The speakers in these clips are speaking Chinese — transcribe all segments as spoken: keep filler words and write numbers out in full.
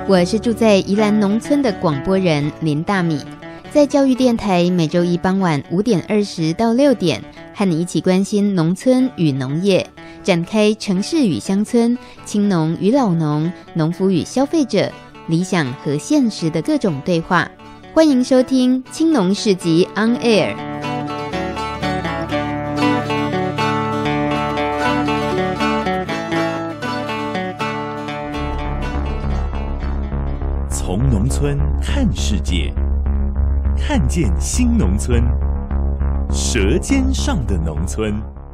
我是住在宜兰农村的广播人林大米，在教育电台每周一傍晚五点二十到六点，和你一起关心农村与农业，展开城市与乡村、青农与老农、农夫与消费者、理想和现实的各种对话。欢迎收听青农市集 On Air。 从农村看世界，看见新农村，舌尖上的农村。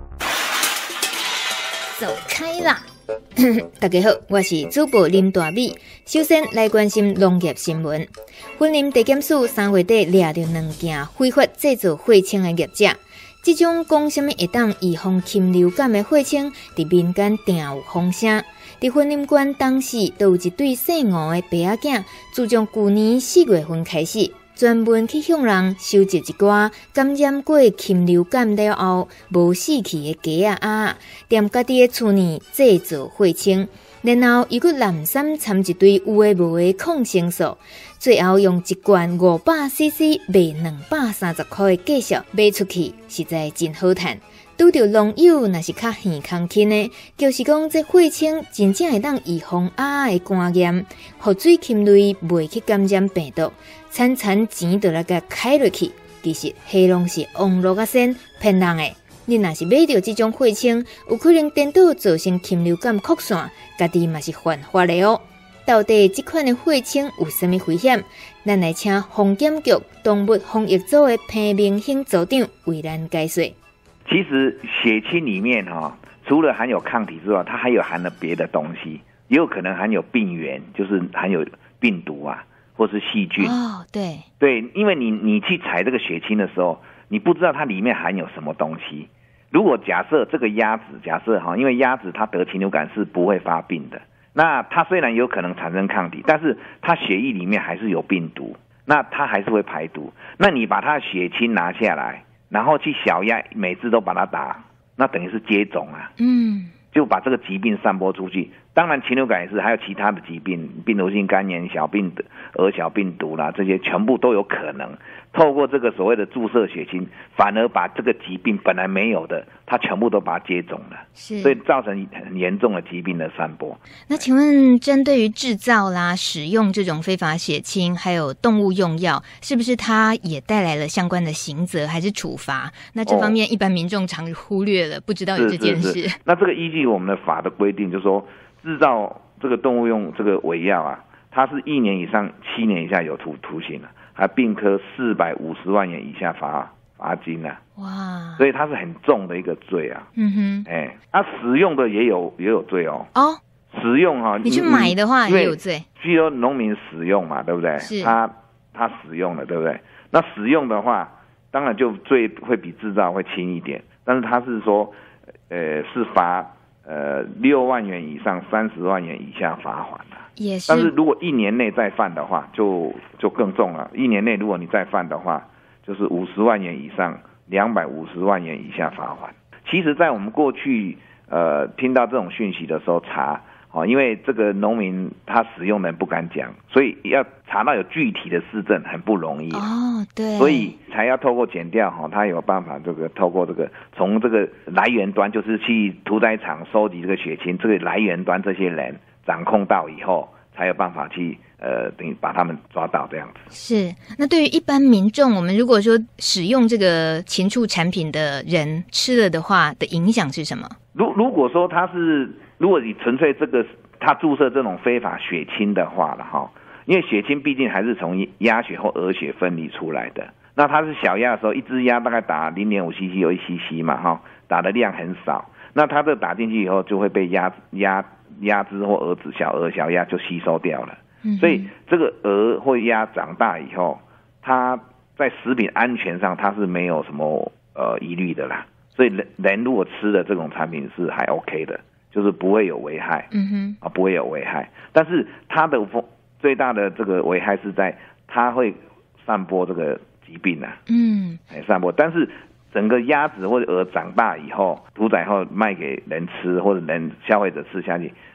走开啦！大家好，我是主播林大米。首先来关心农业新闻。云林地检署三月底抓到两件非法制造血清的业者，这种讲什么会当预防禽流感的血清，伫民间定有风声。伫云林县当时，都有一对姓吴的爸仔囝，自从去年四月份开始，专门去向人收集一寡感染过禽流感了后无死去的鸡仔鸭，踮家己的厝内制造血清，然后又去染衫掺一堆有诶无诶抗生素，最后用一罐五百 C C 卖两百三十块的价数卖出去，实在真好赚。拄到农友若是较耳康轻的，就是讲这血清真正会当预防鸭的肝炎，互水禽类袂去感染病毒，惨惨钱就来甲开落去。其实迄拢是网络啊先骗人的。你若是买到这种血清，有可能颠倒造成禽流感扩散，家己嘛是犯法的哦。到底这款的血清有啥物危险？咱来请防检局动物防疫组的潘明兴组长为咱解说。 其实血清里面哈、哦，除了含有抗体之外，它还有含了别的东西，也有可能含有病原，就是含有病毒啊，或是细菌。 哦，对对，因为你你去采这个血清的时候，你不知道它里面含有什么东西。如果假设这个鸭子，假设哈，因为鸭子它得禽流感是不会发病的，那它虽然有可能产生抗体，但是它血液里面还是有病毒，那它还是会排毒。那你把它的血清拿下来，然后去小鸭每次都把它打，那等于是接种啊，嗯，就把这个疾病散播出去。当然禽流感也是，还有其他的疾病，病毒性肝炎、小病鹅小病毒啦，这些全部都有可能透过这个所谓的注射血清，反而把这个疾病本来没有的，它全部都把它接种了，是，所以造成很严重的疾病的散播。 那请问，针对于制造啦、使用这种非法血清，还有动物用药，是不是它也带来了相关的刑责还是处罚？那这方面一般民众常忽略了，不知道有这件事。 是是是，那这个依据我们的法的规定，就是说制造这个动物用这个伪药啊，它是一年以上七年以下有徒徒刑了、啊，还并科四百五十万元以下罚罚金啊！哇，所以它是很重的一个罪啊。嗯哼，哎，它、啊、使用的也有也有罪哦。哦，使用哈、啊， 你去买的话也有罪。 譬如农民使用嘛，对不对？是，他他使用了，对不对？那使用的话，当然就罪会比制造会轻一点，但是他是说，呃，是罚。呃，六万元以上三十万元以下罚款的，也是。但是如果一年内再犯的话，就就更重了。一年内如果你再犯的话，就是五十万元以上两百五十万元以下罚款。其实，在我们过去呃听到这种讯息的时候查，哦，因为这个农民他使用的人不敢讲，所以要查到有具体的事证很不容易哦，对，所以才要透过检调哈，他有办法这个透过这个从这个来源端，就是去屠宰场收集这个血清，这个来源端这些人掌控到以后，才有办法去呃等于把他们抓到这样子。 是，那对于一般民众，我们如果说使用这个禽畜产品的人吃了的话，的影响是什么？ 如如果说他是如果你纯粹这个他注射这种非法血清的话了哈，因为血清毕竟还是从鸭血或鹅血分离出来的，那它是小鸭的时候，一只鸭大概打 零点五 C C 有一 C C 嘛哈，打的量很少，那它这打进去以后就会被鸭鸭鸭只或鹅子小鹅小鸭就吸收掉了，嗯、所以这个鹅或鸭长大以后，它在食品安全上它是没有什么呃疑虑的啦。所以人人如果吃的这种产品是还 OK 的，就是不会有危害，嗯哼，啊不会有危害。但是它的最大的这个危害是在它会散播这个疾病啊，嗯，散播。但是整个鸭子或者鹅长大以后，屠宰后卖给人吃或者人消费者吃下去，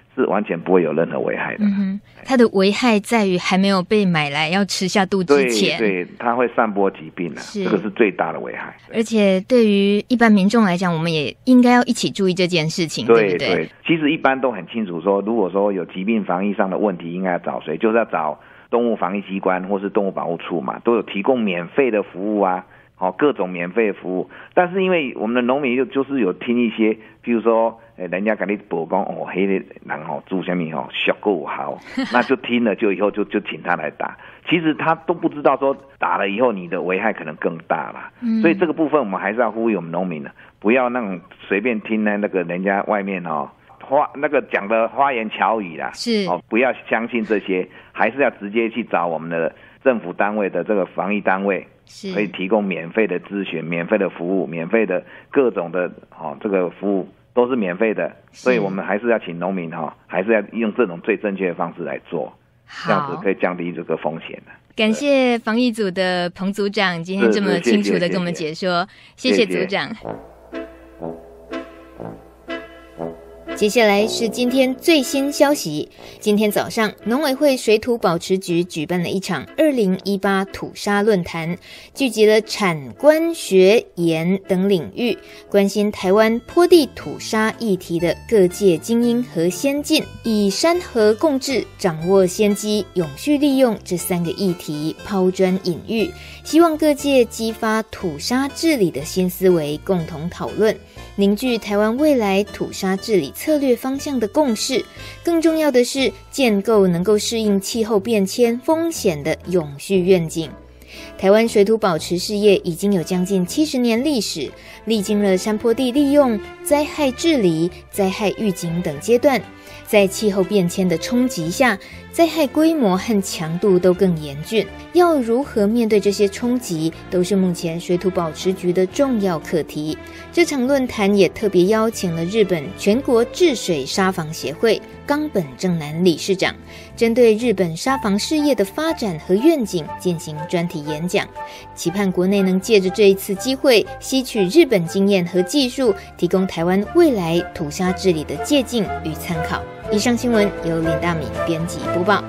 是完全不会有任何危害的。 嗯哼，它的危害在于还没有被买来要吃下肚之前， 对对，它会散播疾病啊，这个是最大的危害。 而且对于一般民众来讲，我们也应该要一起注意这件事情，对不对？ 对对，其实一般都很清楚说，如果说有疾病防疫上的问题，应该要找谁？就是要找动物防疫机关或是动物保护处嘛，都有提供免费的服务啊。哦，各种免费的服务，但是因为我们的农民就就是有听一些，譬如说，诶，人家跟你报讲哦，黑的人哦做什么哦，效果好，那就听了，就以后就就请他来打。其实他都不知道说打了以后你的危害可能更大啦。嗯，所以这个部分我们还是要呼吁我们农民呢，不要那种随便听呢那个人家外面哦花那个讲的花言巧语啦， 是哦，不要相信这些，还是要直接去找我们的政府单位的这个防疫单位。可以提供免费的咨询、免费的服务、免费的各种的哦，这个服务都是免费的，所以我们还是要请农民哈、哦，还是要用这种最正确的方式来做，这样子可以降低这个风险的。 感谢防疫组的彭组长今天这么清楚的跟我们解说，谢谢组长。接下来是今天最新消息。今天早上，农委会水土保持局举办了一场二零一八土沙论坛，聚集了产官学研等领域关心台湾坡地土沙议题的各界精英和先进，以山河共治、掌握先机、永续利用这三个议题抛砖引玉，希望各界激发土沙治理的新思维，共同讨论，凝聚台湾未来土沙治理策略方向的共识。更重要的是，建构能够适应气候变迁风险的永续愿景。台湾水土保持事业已经有将近七十年历史，历经了山坡地利用、灾害治理、灾害预警等阶段。在气候变迁的冲击下，灾害规模和强度都更严峻，要如何面对这些冲击，都是目前水土保持局的重要课题。这场论坛也特别邀请了日本全国治水沙防协会冈本正男理事长，针对日本沙防事业的发展和愿景进行专题演讲，期盼国内能借着这一次机会，吸取日本经验和技术，提供台湾未来土沙治理的借鉴与参考。以上新闻由林大米编辑播报。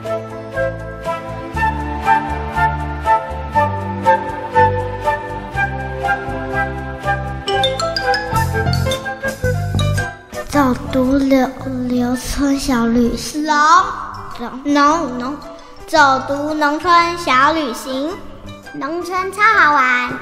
走读柳柳村小旅行，农农农，走读农村小旅行，农村超好玩。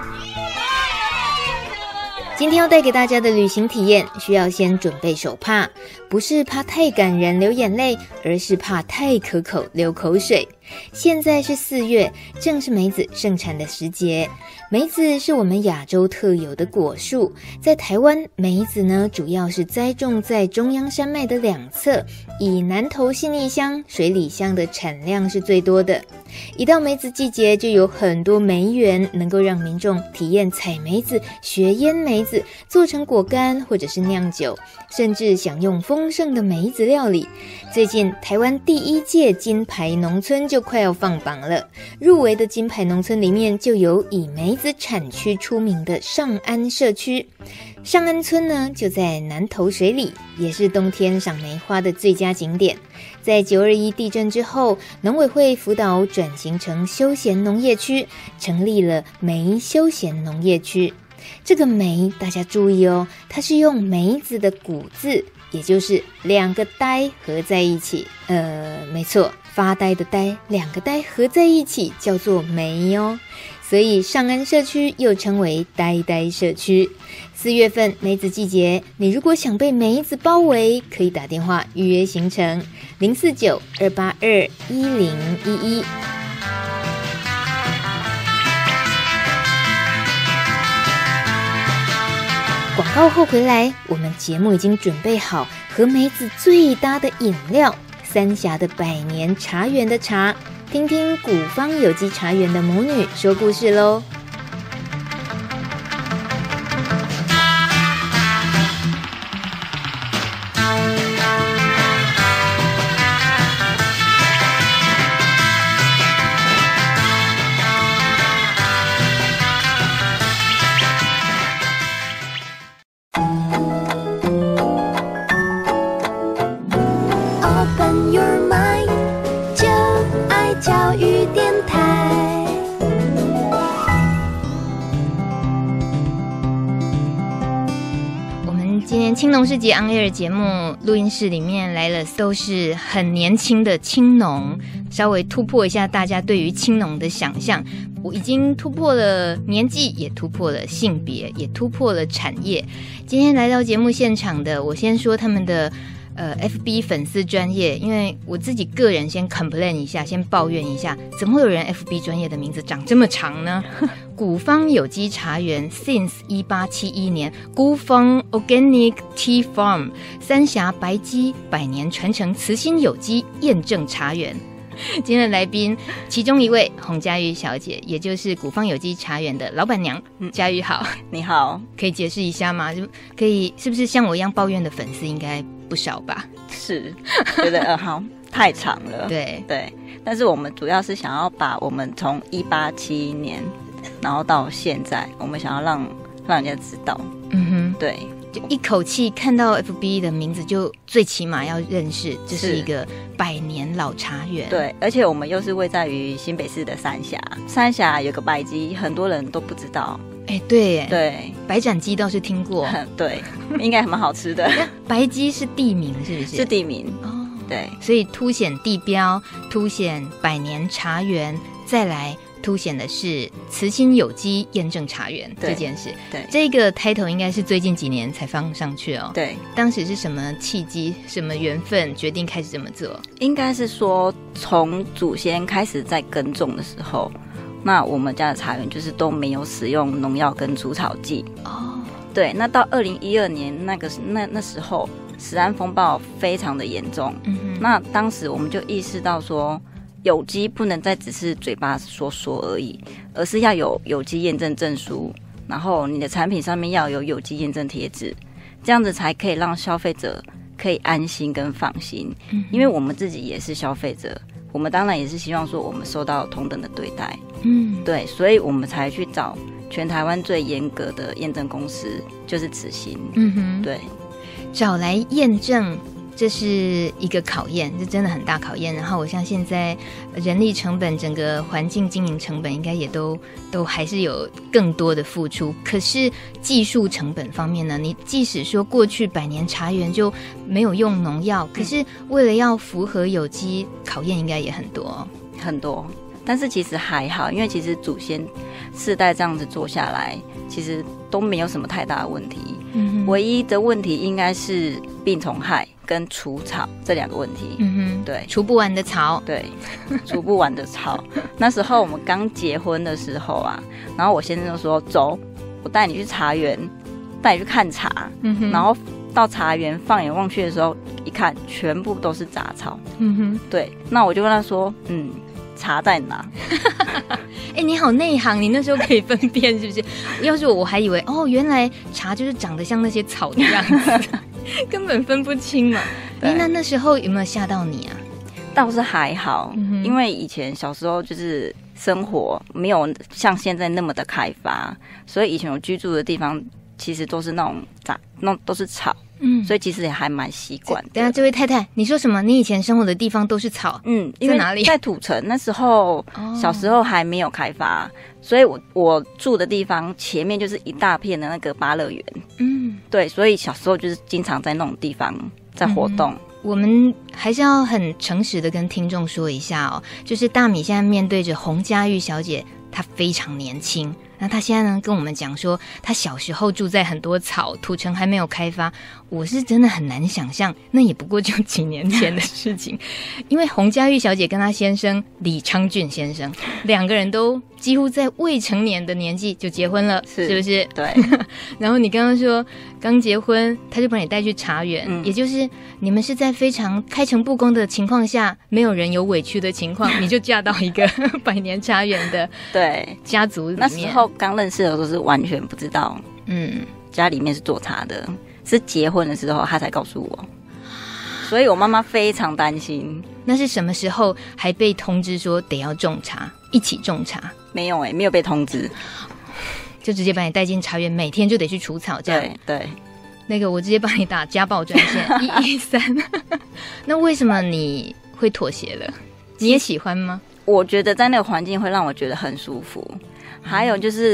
今天要带给大家的旅行体验，需要先准备手帕，不是怕太感人流眼泪，而是怕太可口流口水。现在是四月，正是梅子盛产的时节。梅子是我们亚洲特有的果树，在台湾，梅子呢主要是栽种在中央山脉的两侧，以南投信义乡、水里乡的产量是最多的。一到梅子季节，就有很多梅园能够让民众体验采梅子、学腌梅子，做成果干或者是酿酒，甚至享用丰盛的梅子料理。最近，台湾第一届金牌农村就快要放榜了，入围的金牌农村里面就有以梅子产区出名的上安社区。上安村呢就在南投水里，也是冬天赏梅花的最佳景点。在九二一地震之后，农委会辅导转型成休闲农业区，成立了梅休闲农业区。这个梅大家注意哦，它是用梅子的古字，也就是两个呆合在一起，呃，没错，发呆的呆，两个呆合在一起叫做梅哦。所以上安社区又称为呆呆社区。四月份梅子季节，你如果想被梅子包围，可以打电话预约行程零四九二八二一零一一。广告后回来，我们节目已经准备好和梅子最搭的饮料——三峡的百年茶园的茶。听听古方有机茶园的母女说故事咯。 哦今天青农市集 on air 节目录音室里面来了都是很年轻的青农，稍微突破一下大家对于青农的想象。我已经突破了年纪，也突破了性别，也突破了产业。今天来到节目现场的，我先说他们的呃 F B 粉丝专页，因为我自己个人先 complain 一下，先抱怨一下，怎么会有人 F B 专页的名字长这么长呢？古方有机茶园 since 一八七一年，古方 Organic Tea Farm 三峡白基百年传承慈心有机验证茶园。今天的来宾，其中一位洪嘉瑜小姐，也就是古方有机茶园的老板娘。嗯，嘉瑜好。 你好。 可以解释一下吗？就可以，是不是像我一样抱怨的粉丝应该不少吧？ 是，觉得呃好太长了。 对对，但是我们主要是想要把我们从一八七一年，然后到现在，我们想要让让人家知道。嗯哼，对。 就一口气看到 F B 的名字，就最起码要认识这是一个百年老茶园。 对，而且我们又是位在于新北市的三峡，三峡有个白鸡，很多人都不知道。 哎、欸，对耶， 对， 白斩鸡倒是听过， 对，应该还蛮好吃的。 白鸡是地名是不是？ 是地名哦，对， 所以凸显地标，凸显百年茶园，再来凸显的是慈心有机验证茶园这件事。 对， 这个 title 应该是最近几年才放上去哦。 对， 当时是什么契机、什么缘分决定开始这么做？ 应该是说从祖先开始在耕种的时候，那我们家的茶园就是都没有使用农药跟除草剂。哦，对，那到二零一二年那个那那时候，食安风暴非常的严重。嗯哼，那当时我们就意识到说，有机不能再只是嘴巴说说而已，而是要有有机验证证书，然后你的产品上面要有有机验证贴纸，这样子才可以让消费者可以安心跟放心。嗯，因为我们自己也是消费者，我们当然也是希望说我们受到同等的对待。嗯，对，所以我们才去找全台湾最严格的验证公司，就是慈心。嗯哼，对， 找来验证。这是一个考验，这真的很大考验。然后我像现在人力成本、整个环境经营成本，应该也都都还是有更多的付出。可是技术成本方面呢，你即使说过去百年茶园就没有用农药，可是为了要符合有机，考验应该也很多很多。但是其实还好，因为其实祖先世代这样子做下来，其实都没有什么太大的问题。嗯，唯一的问题应该是病虫害跟除草这两个问题。嗯哼，对， 除不完的草， 对，除不完的草。那时候我们刚结婚的时候啊，然后我先生就说：“走，我带你去茶园，带你去看茶。”嗯哼，然后到茶园放眼望去的时候，一看全部都是杂草。嗯哼，对，那我就跟他说：“嗯。”茶在哪？ 哎、欸，你好内行，你那时候可以分辨是不是？要是我，我还以为哦，原来茶就是长得像那些草的样子，根本分不清嘛。哎、欸，那那时候有没有吓到你啊？ 倒是还好，嗯、因为以前小时候就是生活没有像现在那么的开发，所以以前我居住的地方其实都是那种杂，那都是草。嗯，所以其实也还蛮习惯的。 等一下，这位太太，你说什么？你以前生活的地方都是草？ 嗯，因为在哪里？ 在土城，那时候、哦、小时候还没有开发，所以我我住的地方前面就是一大片的那个芭乐园。嗯，对，所以小时候就是经常在那种地方在活动。嗯， 我们还是要很诚实的跟听众说一下哦，就是大米现在面对着洪嘉瑜小姐，她非常年轻。那他现在呢跟我们讲说，他小时候住在很多草，土城还没有开发。我是真的很难想象，那也不过就几年前的事情。因为洪嘉瑜小姐跟她先生李昌俊先生两个人都几乎在未成年的年纪就结婚了，是, 是不是？ 对。 然后你刚刚说刚结婚，他就把你带去茶园，嗯、也就是你们是在非常开诚布公的情况下，没有人有委屈的情况，你就嫁到一个百年茶园的对家族里面。 那时候刚认识的时候是完全不知道，嗯，家里面是做茶的，是结婚的时候他才告诉我，所以我妈妈非常担心。 那是什么时候还被通知说得要种茶，一起种茶？ 没有哎、欸，没有被通知， 就直接把你带进茶园，每天就得去除草这样。 对对， 那个我直接帮你打家暴专线一一三。那为什么你会妥协了？你也喜欢吗？ 我觉得在那个环境会让我觉得很舒服。还有就是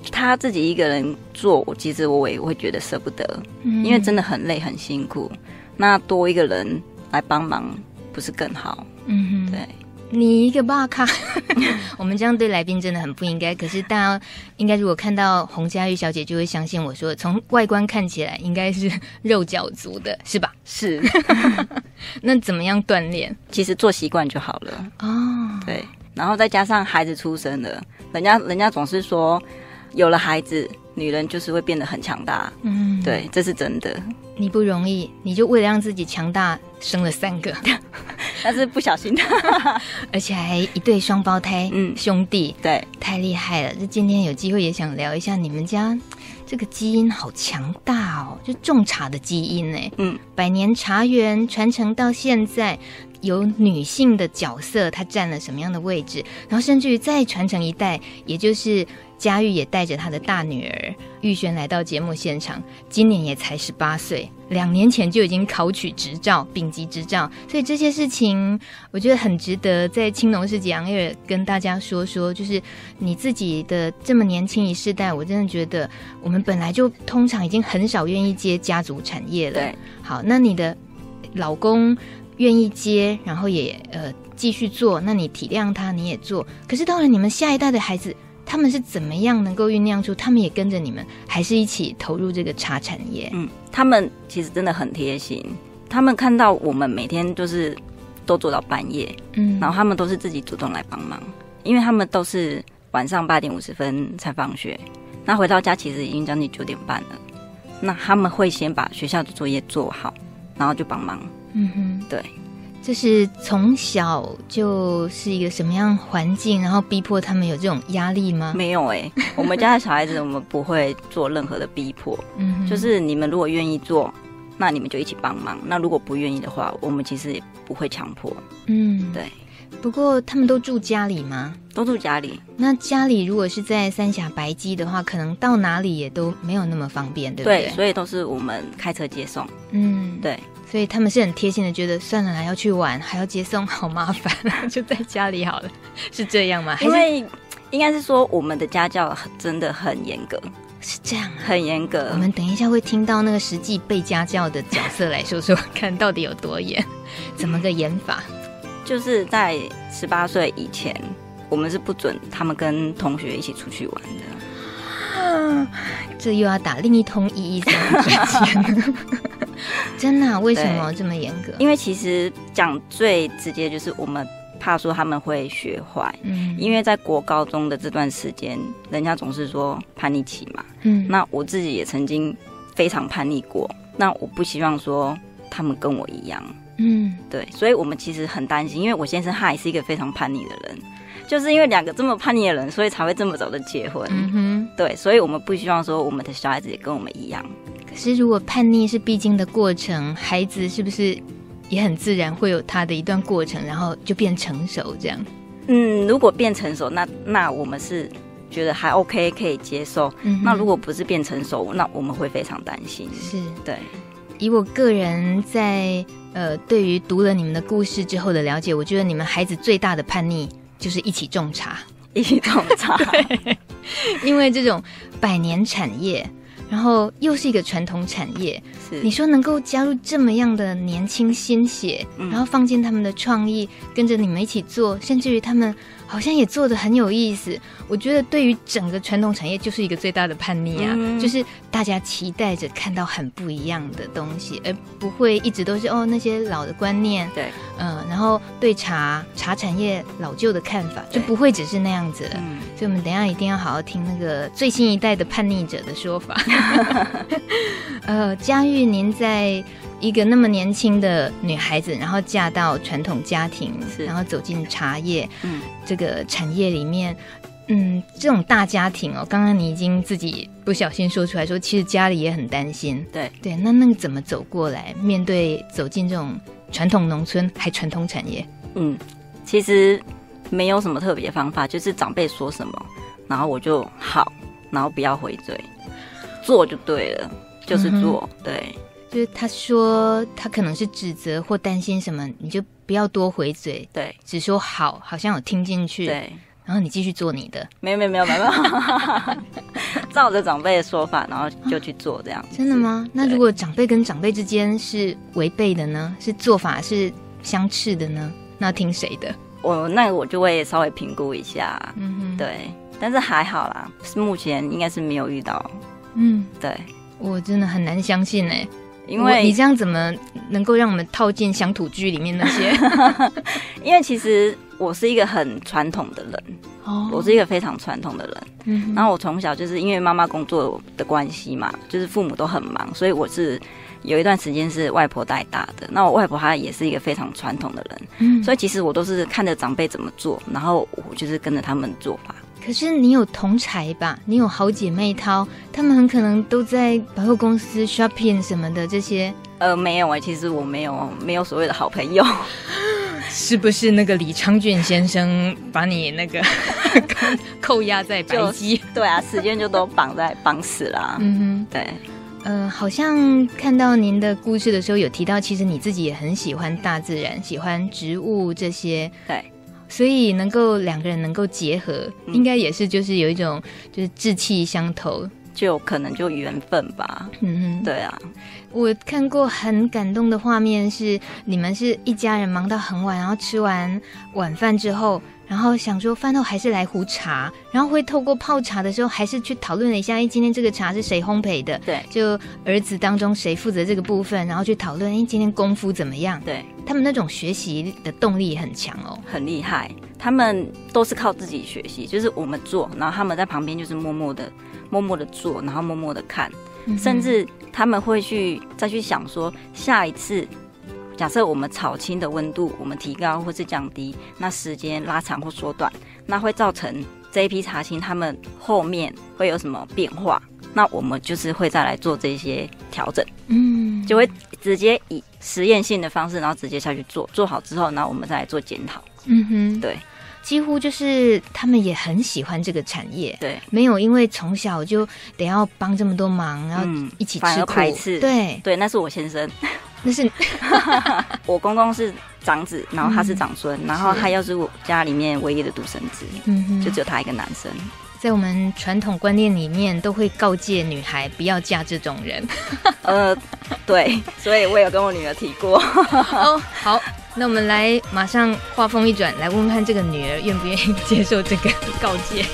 他自己一个人做，我其实我也会觉得舍不得，嗯，因为真的很累很辛苦。那多一个人来帮忙，不是更好？嗯，对。 你一个爸咖，我们这样对来宾真的很不应该。可是大家应该如果看到洪嘉玉小姐，就会相信我说，从外观看起来应该是肉脚足的，是吧？ 是。 那怎么样锻炼？ 其实做习惯就好了哦。对，然后再加上孩子出生了，人家人家总是说，有了孩子，女人就是会变得很强大。嗯，对，这是真的。 你不容易，你就为了让自己强大，生了三个， 但是不小心的， 而且还一对双胞胎，嗯，兄弟， 对， 太厉害了。这今天有机会也想聊一下你们家这个基因好强大哦，就种茶的基因呢，嗯，百年茶园传承到现在。有女性的角色，她占了什么样的位置，然后甚至于再传承一代，也就是嘉玉也带着她的大女儿玉璇来到节目现场，今年也才十八岁，两年前就已经考取执照，丙级执照，所以这些事情我觉得很值得在青农市集昂尔跟大家说说，就是你自己的这么年轻一世代，我真的觉得我们本来就通常已经很少愿意接家族产业了。 对， 好，那你的老公愿意接，然后也呃继续做，那你体谅他，你也做。可是到了你们下一代的孩子，他们是怎么样能够酝酿出，他们也跟着你们，还是一起投入这个茶产业？ 嗯，他们其实真的很贴心，他们看到我们每天就是都做到半夜，嗯，然后他们都是自己主动来帮忙，因为他们都是晚上八点五十分才放学，那回到家其实已经将近九点半了，那他们会先把学校的作业做好，然后就帮忙。嗯哼，对， 这是从小就是一个什么样环境，然后逼迫他们有这种压力吗？ 没有哎、欸，我们家的小孩子我们不会做任何的逼迫，嗯，就是你们如果愿意做，那你们就一起帮忙；那如果不愿意的话，我们其实也不会强迫。嗯，对。 不过他们都住家里吗？ 都住家里。 那家里如果是在三峡白基的话，可能到哪里也都没有那么方便，对不对？ 对，所以都是我们开车接送。嗯，对。 所以他们是很贴心的，觉得算了啦，要去玩还要接送，好麻烦，就在家里好了，是这样吗？ 因为应该是说我们的家教真的很严格， 是这样、啊， 很严格。 我们等一下会听到那个实际被家教的角色来说说看到底有多严，怎么个严法？ 就是在十八岁以前，我们是不准他们跟同学一起出去玩的。 啊，这又要打另一通一一三专线。真的、啊？为什么这么严格？ 因为其实讲最直接就是我们怕说他们会学坏，嗯，因为在国高中的这段时间，人家总是说叛逆期嘛，嗯，那我自己也曾经非常叛逆过，那我不希望说他们跟我一样，嗯，对，所以我们其实很担心，因为我先生他也是一个非常叛逆的人，就是因为两个这么叛逆的人，所以才会这么早的结婚，嗯哼，对，所以我们不希望说我们的小孩子也跟我们一样。 可是如果叛逆是必经的过程，孩子是不是也很自然会有他的一段过程，然后就变成熟这样？ 嗯，如果变成熟，那那我们是觉得还 OK 可以接受、嗯、那如果不是变成熟，那我们会非常担心。 是， 对。 以我个人在呃对于读了你们的故事之后的了解，我觉得你们孩子最大的叛逆就是一起种茶， 一起种茶。 对，因为这种百年产业，然后又是一个传统产业，是你说能够加入这么样的年轻新血、嗯、然后放进他们的创意，跟着你们一起做，甚至于他们好像也做得很有意思。我觉得对于整个传统产业就是一个最大的叛逆啊、嗯、就是大家期待着看到很不一样的东西，而不会一直都是哦那些老的观念，对，嗯、呃，然后对茶茶产业老旧的看法就不会只是那样子了、嗯、所以我们等一下一定要好好听那个最新一代的叛逆者的说法。呃，嘉玉，您在一个那么年轻的女孩子，然后嫁到传统家庭，然后走进茶叶、嗯、这个产业里面，嗯，这种大家庭哦，刚刚你已经自己不小心说出来说，其实家里也很担心。 对对，那那个怎么走过来，面对走进这种传统农村还传统产业？ 嗯，其实没有什么特别方法，就是长辈说什么，然后我就好，然后不要回嘴，做就对了，就是做，嗯、对。 就是他说他可能是指责或担心什么，你就不要多回嘴， 对， 只说好，好像有听进去， 对， 然后你继续做你的。 没有没有没有没有， 照着长辈的说法，然后就去做这样子。 真的吗？那如果长辈跟长辈之间是违背的呢？是做法是相斥的呢？那听谁的？ 我那个我就会稍微评估一下，嗯哼，对，但是还好啦，目前应该是没有遇到。嗯，对， 我真的很难相信哎、欸， 因为你这样怎么能够让我们套进乡土剧里面那些？ 因为其实我是一个很传统的人，哦，我是一个非常传统的人。嗯，然后我从小就是因为妈妈工作的关系嘛，就是父母都很忙，所以我是有一段时间是外婆带大的。那我外婆她也是一个非常传统的人，嗯，所以其实我都是看着长辈怎么做，然后我就是跟着他们做吧。 可是你有同侪吧？你有好姐妹淘，她们很可能都在百货公司 shopping 什么的这些。 呃，没有哎、欸，其实我没有没有所谓的好朋友。 是不是那个李昌俊先生把你那个扣押在白鸡？ 对啊，时间就都绑在绑死啦。嗯哼，对。 呃，好像看到您的故事的时候，有提到，其实你自己也很喜欢大自然，喜欢植物这些。 对。 所以能够两个人能够结合，嗯、应该也是就是有一种就是志气相投， 就可能就缘分吧。嗯哼，对啊。 我看过很感动的画面是，你们是一家人忙到很晚，然后吃完晚饭之后，然后想说饭后还是来壶茶，然后会透过泡茶的时候，还是去讨论了一下，哎，今天这个茶是谁烘焙的？ 对， 就儿子当中谁负责这个部分，然后去讨论，哎，今天功夫怎么样？ 对， 他们那种学习的动力也很强哦， 很厉害。他们都是靠自己学习，就是我们做，然后他们在旁边就是默默的、默默的做，然后默默的看，嗯、甚至他们会去再去想说，下一次假设我们炒青的温度我们提高或是降低，那时间拉长或缩短，那会造成这一批茶青他们后面会有什么变化？那我们就是会再来做这些调整，嗯，就会直接以实验性的方式，然后直接下去做，做好之后，然后我们再来做检讨。嗯哼，对。 几乎就是他们也很喜欢这个产业， 对， 没有因为从小就得要帮这么多忙，然后一起吃苦， 反而排斥， 对对， 那是我先生， 那是我公公是长子，然后他是长孙，嗯、然后他又是我家里面唯一的独生子，嗯，就只有他一个男生。 在我们传统观念里面，都会告诫女孩不要嫁这种人。 呃，对，所以我有跟我女儿提过。 哦，好。那我们来马上话锋一转，来问问看这个女儿愿不愿意接受这个告诫。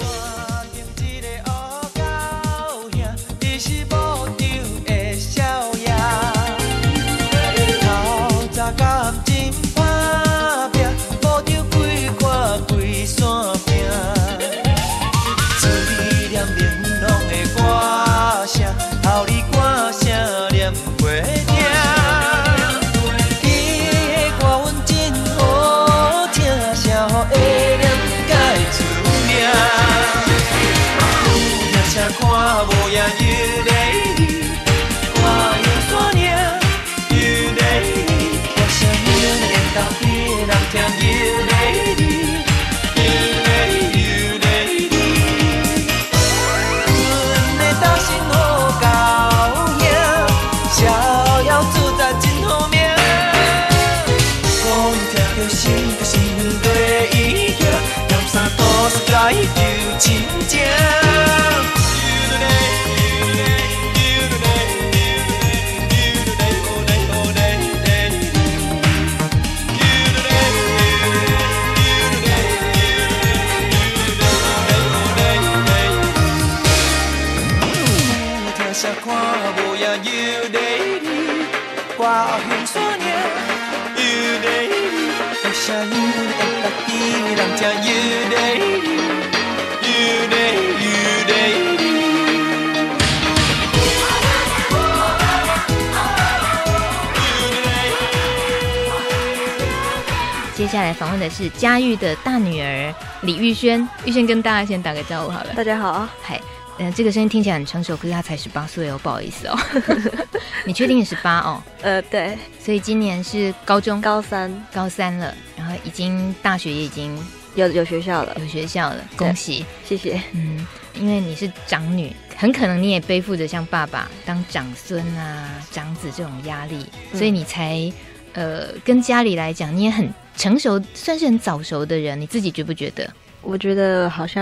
接下来访问的是嘉玉的大女儿李玉萱，玉萱跟大家先打个招呼好了。 大家好， 嗨，嗯、呃，这个声音听起来很成熟，可是她才十八岁哦，不好意思哦。你确定你十八哦？ 呃，对。 所以今年是高中， 高三， 高三了，然后已经大学也已经有有学校了， 有学校了，恭喜， 谢谢。 嗯，因为你是长女，很可能你也背负着像爸爸当长孙啊、长子这种压力，嗯、所以你才呃跟家里来讲，你也很成熟，算是很早熟的人，你自己觉不觉得？ 我觉得好像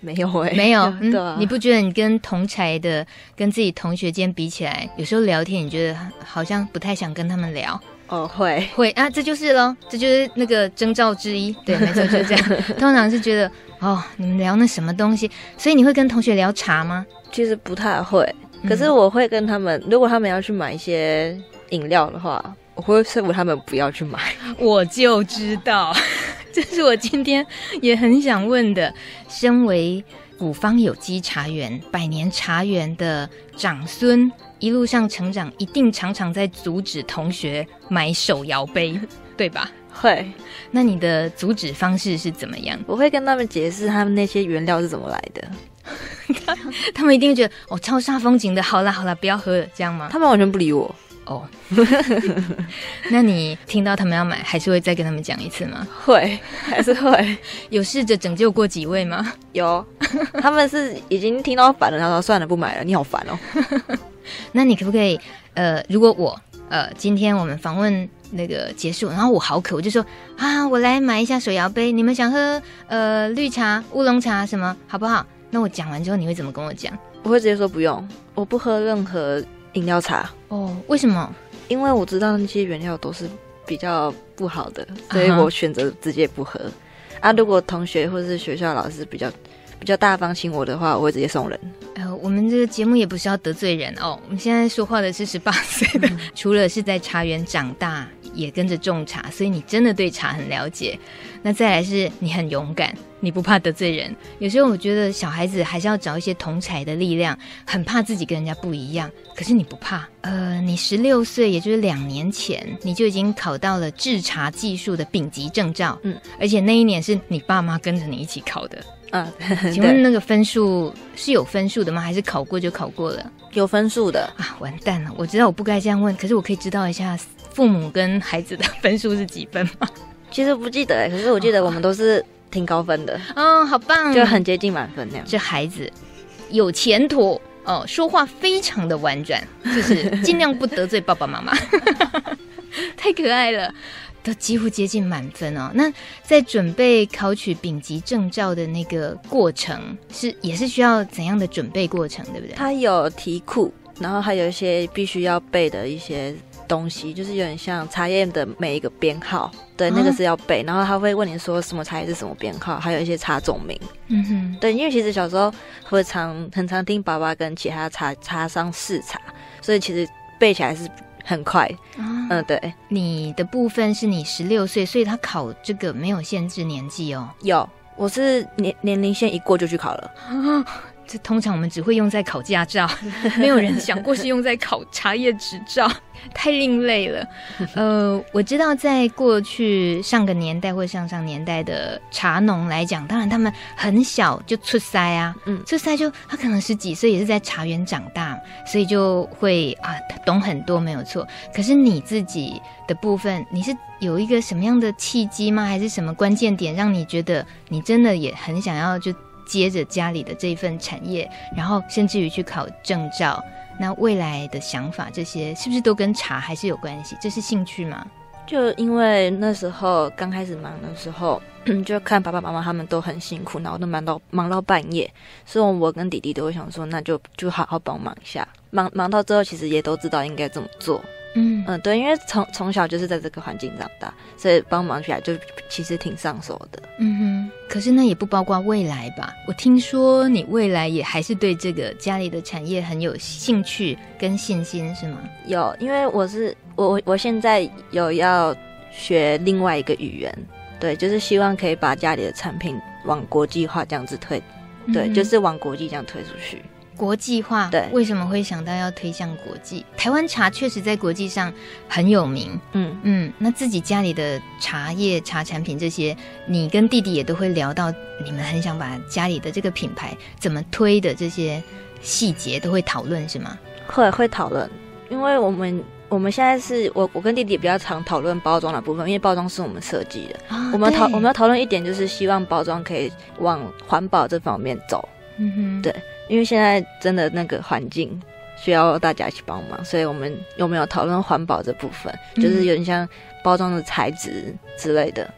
没有哎、欸， 没有，嗯、 对啊， 你不觉得你跟同侪的、跟自己同学间比起来，有时候聊天，你觉得好像不太想跟他们聊？ 哦，会会啊，这就是咯，这就是那个征兆之一。对，没错，就是这样。通常是觉得哦，你们聊那什么东西，所以你会跟同学聊茶吗？ 其实不太会，可是我会跟他们，嗯、如果他们要去买一些饮料的话，我会说服他们不要去买。 我就知道。这是我今天也很想问的。身为古方有机茶园、百年茶园的长孙，一路上成长，一定常常在阻止同学买手摇杯，对吧？ 会。 那你的阻止方式是怎么样？ 我会跟他们解释他们那些原料是怎么来的。 他, 他们一定会觉得哦，超煞风景的，好啦好啦，不要喝了，这样吗？ 他们完全不理我。 哦，那你听到他们要买，还是会再跟他们讲一次吗？ 会，还是会。 有试着拯救过几位吗？ 有，他们是已经听到烦了，他说算了，不买了，你好烦哦。 那你可不可以，呃，如果我，呃，今天我们访问那个结束，然后我好渴，我就说啊，我来买一下手摇杯，你们想喝呃绿茶、乌龙茶什么，好不好？那我讲完之后，你会怎么跟我讲？ 我会直接说不用，我不喝任何饮料茶。 哦，为什么？ 因为我知道那些原料都是比较不好的，所以我选择直接不喝。Uh-huh. 啊，如果同学或是学校老师比较比较大方请我的话，我会直接送人。 呃，我们这个节目也不是要得罪人哦，我们现在说话的是十八岁的，除了是在茶园长大，也跟着种茶，所以你真的对茶很了解。那再来是你很勇敢，你不怕得罪人。有时候我觉得小孩子还是要找一些同侪的力量，很怕自己跟人家不一样，可是你不怕。呃，你十六岁，也就是两年前，你就已经考到了制茶技术的丙级证照，嗯，而且那一年是你爸妈跟着你一起考的。 啊， 请问那个分数是有分数的吗？还是考过就考过了？ 有分数的啊！完蛋了，我知道我不该这样问，可是我可以知道一下父母跟孩子的分数是几分吗？ 其实不记得，可是我记得我们都是挺高分的。 哦，好棒， 就很接近满分那样。 这孩子有前途哦，说话非常的婉转，就是尽量不得罪爸爸妈妈，太可爱了。都几乎接近满分哦。那在准备考取丙级证照的那个过程，是也是需要怎样的准备过程，对不对？ 它有题库，然后还有一些必须要背的一些东西，就是有点像茶叶的每一个编号，对，那个是要背。啊、然后他会问你说什么茶叶是什么编号，还有一些茶种名。嗯哼，对，因为其实小时候会常很常听爸爸跟其他茶茶商试茶，所以其实背起来是很快。嗯、呃，对。 你的部分是你十六岁，所以他考这个没有限制年纪哦。 有，我是年年龄线一过就去考了。 啊，这通常我们只会用在考驾照，没有人想过是用在考茶叶执照，太另类了。呃，我知道在过去上个年代或上上年代的茶农来讲，当然他们很小就出师啊，嗯，出师就他可能十几岁也是在茶园长大，所以就会啊懂很多，没有错。可是你自己的部分，你是有一个什么样的契机吗？还是什么关键点让你觉得你真的也很想要就接着家里的这一份产业，然后甚至于去考证照？那未来的想法这些是不是都跟茶还是有关系？这是兴趣吗？ 就因为那时候刚开始忙的时候就看爸爸妈妈他们都很辛苦，然后都忙到忙到半夜，所以我跟弟弟都会想说那就就好好帮忙一下。忙忙到之后其实也都知道应该这么做。嗯嗯，对，因为从从小就是在这个环境长大，所以帮忙起来就其实挺上手的。 嗯哼，可是那也不包括未来吧？我听说你未来也还是对这个家里的产业很有兴趣跟信心，是吗？ 有，因为我是我我现在有要学另外一个语言，对，就是希望可以把家里的产品往国际化这样子推，对，嗯、就是往国际这样推出去。 国际化， 对， 为什么会想到要推向国际？台湾茶确实在国际上很有名，嗯嗯。那自己家里的茶叶、茶产品这些，你跟弟弟也都会聊到，你们很想把家里的这个品牌怎么推的这些细节都会讨论，是吗？ 会会讨论，因为我们我们现在是我我跟弟弟比较常讨论包装的部分，因为包装是我们设计的。啊、我们讨我们要讨论一点，就是希望包装可以往环保这方面走。嗯哼，对。因为现在真的那个环境需要大家一起帮忙，所以我们有没有讨论环保这部分，就是有点像包装的材质之类的。嗯，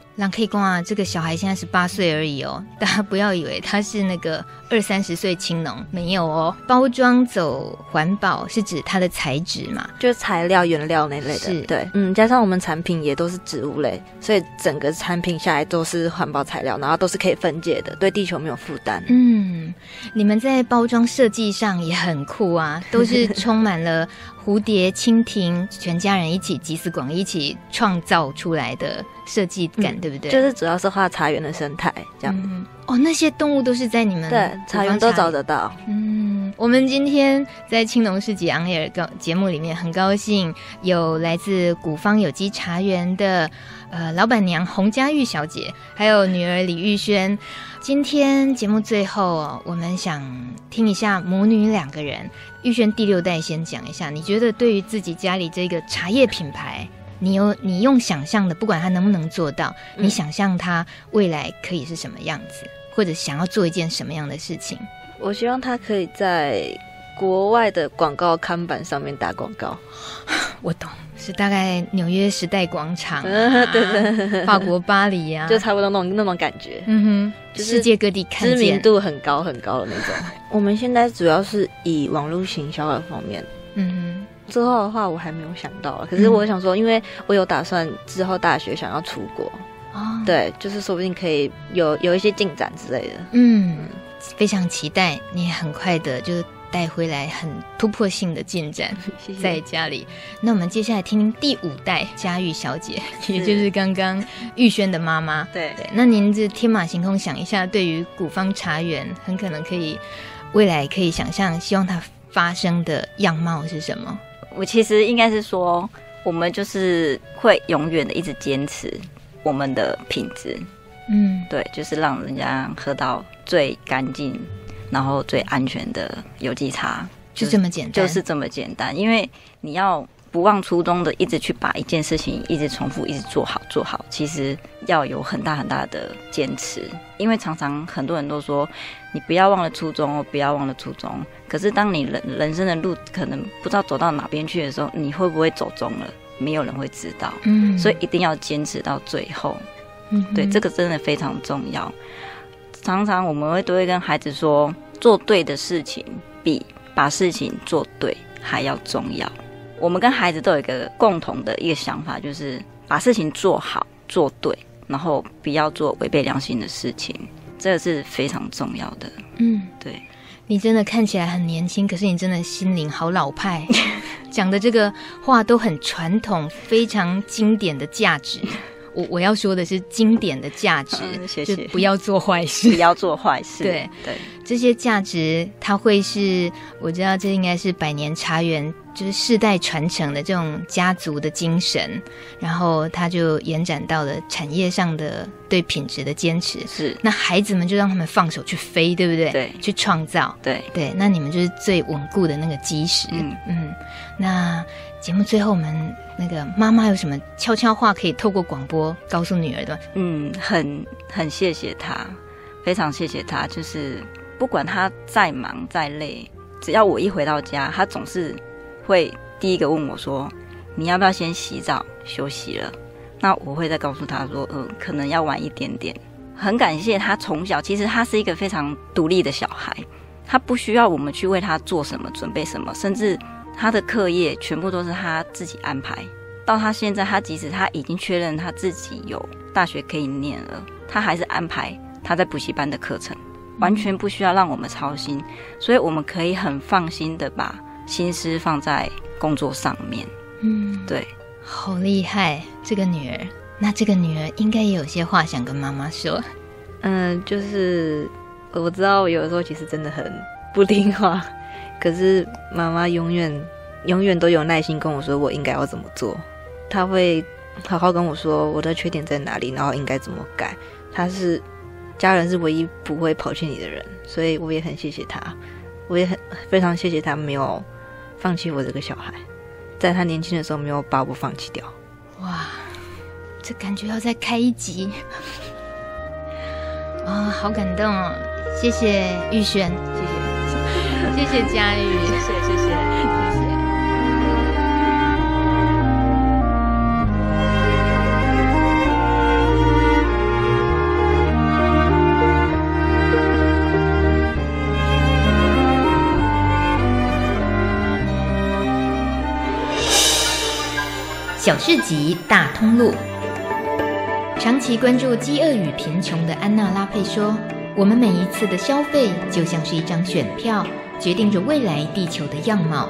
人可以讲啊，这个小孩现在十八岁而已哦，大家不要以为他是那个二三十岁青农，没有哦。包装走环保是指它的材质嘛， 就材料、原料那类的， 是对，嗯，加上我们产品也都是植物类，所以整个产品下来都是环保材料，然后都是可以分解的，对地球没有负担。 嗯，你们在包装设计上也很酷啊，都是充满了蝴蝶、蜻蜓，全家人一起集思广益，一起创造出来的设计感、嗯，对不对？ 就是主要是画茶园的生态这样、 嗯。哦，那些动物都是在你们对茶园都找得到。 嗯，我们今天在青农市集 On Air 节目里面，很高兴有来自古方有机茶园的呃老板娘洪嘉玉小姐，还有女儿李玉轩。今天节目最后、哦，我们想听一下母女两个人。玉轩第六代先讲一下，你觉得对于自己家里这个茶叶品牌，你有你用想象的，不管它能不能做到，嗯、你想象它未来可以是什么样子，或者想要做一件什么样的事情？ 我希望它可以在国外的广告看板上面打广告。 我懂，是大概纽约时代广场、啊嗯，对对对， 法国巴黎啊， 就差不多那种那种感觉。 嗯哼，就是世界各地看见， 知名度很高很高的那种。我们现在主要是以网络行销的方面，嗯哼，之后的话我还没有想到，可是我想说，因为我有打算之后大学想要出国，哦，对，就是说不定可以有有一些进展之类的。嗯， 非常期待你很快的就是带回来很突破性的进展在家里。那我们接下来听听第五代嘉玉小姐，也就是刚刚玉轩的妈妈。 对对，那您这天马行空想一下，对于古方茶园很可能可以未来可以想象希望它发生的样貌是什么？ 我其实应该是说，我们就是会永远的一直坚持我们的品质。嗯，对，就是让人家喝到最干净然后最安全的有机茶， 就这么简单， 就是这么简单。因为你要不忘初衷的一直去把一件事情一直重复，一直做好做好，其实要有很大很大的坚持。因为常常很多人都说你不要忘了初衷哦，不要忘了初衷。可是当你人人生的路可能不知道走到哪边去的时候，你会不会走中了？没有人会知道。嗯，所以一定要坚持到最后。嗯，对，这个真的非常重要。常常我们会都会跟孩子说，做对的事情比把事情做对还要重要。我们跟孩子都有一个共同的一个想法，就是把事情做好做对，然后不要做违背良心的事情，这个是非常重要的。嗯，对， 你真的看起来很年轻，可是你真的心灵好老派讲的这个话都很传统，非常经典的价值。我我要说的是经典的价值， 嗯、谢谢， 就不要做坏事， 不要做坏事。 对对， 这些价值它会是，我知道这应该是百年茶园就是世代传承的这种家族的精神，然后它就延展到了产业上的对品质的坚持。 是， 那孩子们就让他们放手去飞，对不对？ 对， 去创造。 对对，那你们就是最稳固的那个基石。嗯嗯，那节目最后我们那个妈妈有什么悄悄话可以透过广播告诉女儿的吗？ 嗯，很很谢谢她，非常谢谢她，就是不管她再忙再累，只要我一回到家，她总是会第一个问我说，你要不要先洗澡休息了？那我会再告诉她说，嗯、呃，可能要晚一点点。很感谢她从小，其实她是一个非常独立的小孩，她不需要我们去为她做什么准备什么，甚至他的课业全部都是他自己安排。到他现在，他即使他已经确认他自己有大学可以念了，他还是安排他在补习班的课程，完全不需要让我们操心。所以我们可以很放心的把心思放在工作上面。嗯，对， 好厉害，这个女儿。那这个女儿应该也有些话想跟妈妈说。 嗯，就是我知道有的时候其实真的很不听话，可是妈妈永远永远都有耐心跟我说我应该要怎么做，她会好好跟我说我的缺点在哪里，然后应该怎么改。她是家人是唯一不会抛弃你的人，所以我也很谢谢她，我也很非常谢谢她没有放弃我这个小孩，在她年轻的时候没有把我放弃掉。 哇，这感觉要再开一集啊、哦，好感动哦！谢谢玉轩，谢谢。谢谢嘉玉， 谢谢谢谢谢谢。 小市集大通路。长期关注饥饿与贫穷的安娜拉佩说，我们每一次的消费就像是一张选票，决定着未来地球的样貌。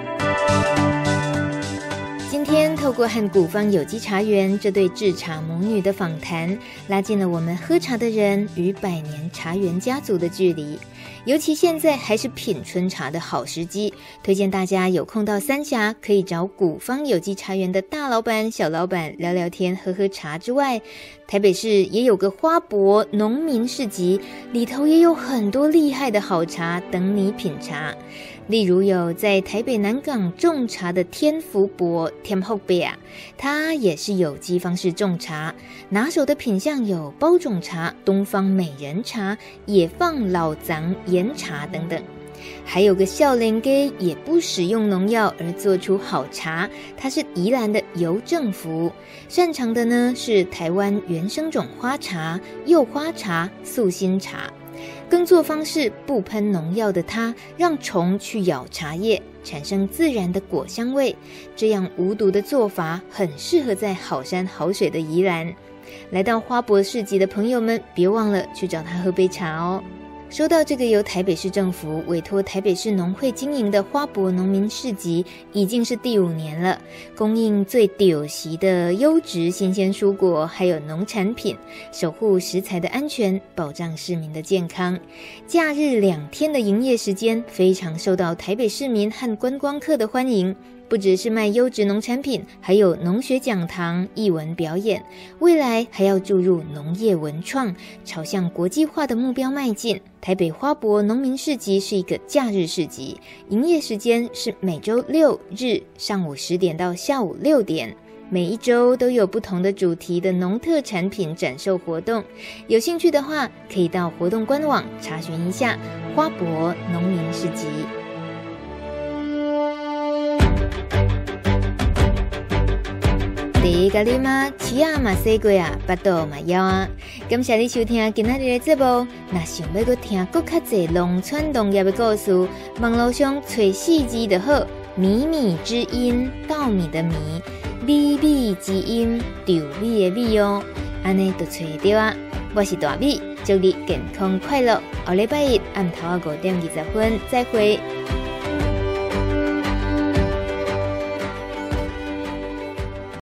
今天透过和古方有机茶园这对制茶母女的访谈，拉近了我们喝茶的人与百年茶园家族的距离。尤其现在还是品春茶的好时机，推荐大家有空到三峡，可以找古方有机茶园的大老板、小老板聊聊天、喝喝茶之外，台北市也有个花博农民市集，里头也有很多厉害的好茶等你品茶。例如有在台北南港种茶的天福伯天后贝啊，它也是有机方式种茶，拿手的品项有包种茶、东方美人茶、野放老藏岩茶等等。还有个少年家也不使用农药而做出好茶，它是宜兰的邮政福，擅长的呢是台湾原生种花茶、柚花茶、素心茶。耕作方式不喷农药的它，让虫去咬茶叶，产生自然的果香味。这样无毒的做法，很适合在好山好水的宜兰。来到花博市集的朋友们，别忘了去找他喝杯茶哦。说到这个由台北市政府委托台北市农会经营的花博农民市集，已经是第五年了，供应最顶级的优质新鲜蔬果，还有农产品，守护食材的安全，保障市民的健康。假日两天的营业时间，非常受到台北市民和观光客的欢迎。不只是卖优质农产品，还有农学讲堂、艺文表演，未来还要注入农业文创，朝向国际化的目标迈进。台北花博农民市集是一个假日市集，营业时间是每周六日上午十点到下午六点。每一周都有不同的主题的农特产品展售活动，有兴趣的话，可以到活动官网查询一下花博农民市集。第一个你嘛，吃啊嘛洗过啊，巴肚嘛枵啊。感谢你收听今仔日的节目。若想要搁听更较济农村农业的故事，网络上找四字就好。米米之音，稻米的米，米米之音，稻米的米哦，安尼就找到啊。我是大米，祝你健康快乐。下礼拜一暗头啊五点二十分再会。